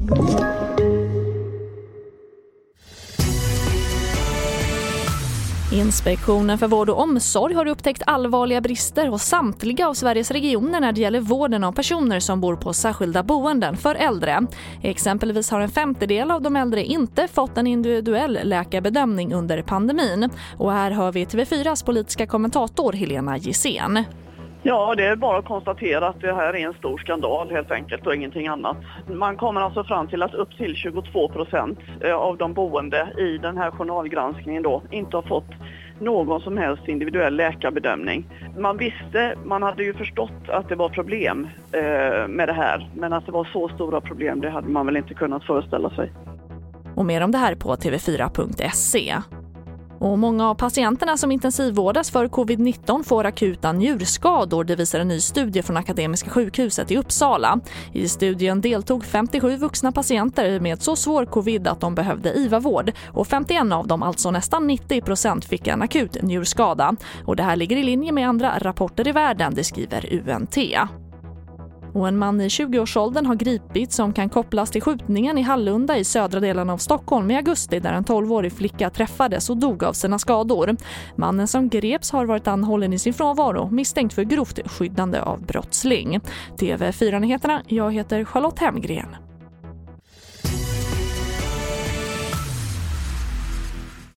Inspektionen för vård och omsorg har upptäckt allvarliga brister hos samtliga av Sveriges regioner när det gäller vården av personer som bor på särskilda boenden för äldre. Exempelvis har 1/5 av de äldre inte fått en individuell läkarbedömning under pandemin. Och här hör vi TV4s politiska kommentator Helena Gissén. Ja, det är bara att konstatera att det här är en stor skandal helt enkelt och ingenting annat. Man kommer alltså fram till att upp till 22% av de boende i den här journalgranskningen då inte har fått någon som helst individuell läkarbedömning. Man hade ju förstått att det var problem med det här, men att det var så stora problem, det hade man väl inte kunnat föreställa sig. Och mer om det här på tv4.se. Och många av patienterna som intensivvårdas för covid-19 får akuta njurskador, det visar en ny studie från Akademiska sjukhuset i Uppsala. I studien deltog 57 vuxna patienter med så svår covid att de behövde IVA-vård och 51 av dem, alltså nästan 90%, fick en akut njurskada. Och det här ligger i linje med andra rapporter i världen, det skriver UNT. Och en man i 20-årsåldern har gripits som kan kopplas till skjutningen i Hallunda i södra delen av Stockholm i augusti, där en 12-årig flicka träffades och dog av sina skador. Mannen som greps har varit anhållen i sin frånvaro, misstänkt för grovt skyddande av brottsling. TV4-nyheterna, jag heter Charlotte Hemgren.